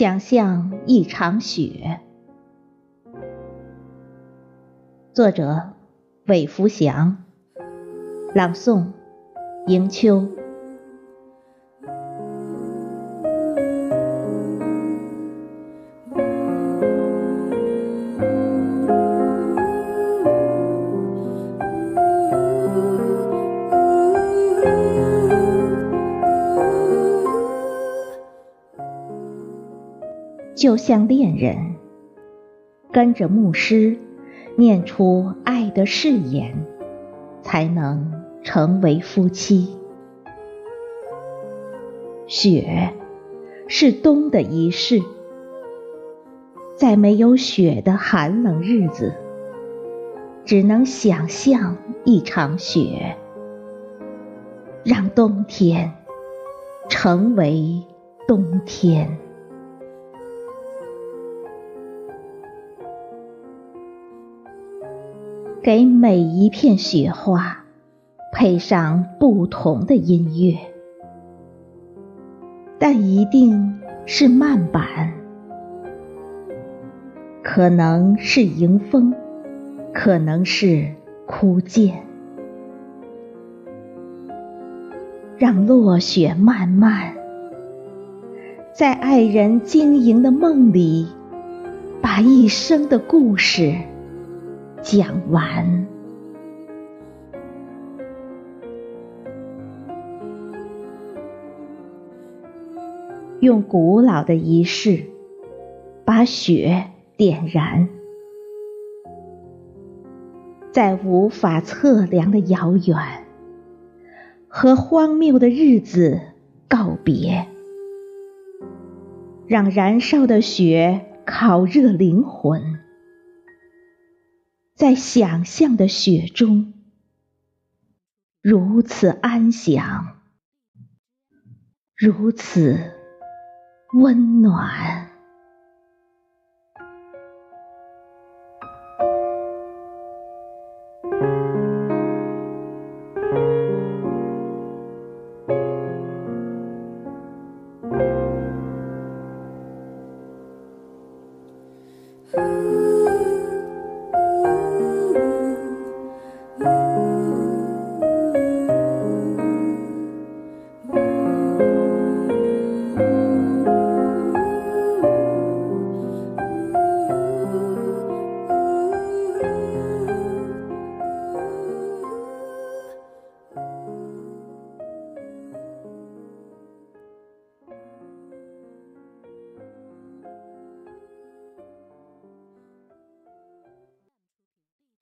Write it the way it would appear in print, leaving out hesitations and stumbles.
想象一场雪。作者韦福祥，朗诵迎秋。就像恋人，跟着牧师念出爱的誓言，才能成为夫妻。雪是冬的仪式，在没有雪的寒冷日子，只能想象一场雪，让冬天成为冬天。给每一片雪花配上不同的音乐，但一定是慢板，可能是迎风，可能是枯剑。让落雪漫漫，在爱人晶莹的梦里，把一生的故事讲完。用古老的仪式把雪点燃，在无法测量的遥远和荒谬的日子告别，让燃烧的雪烤热灵魂，在想象的雪中如此安详，如此温暖。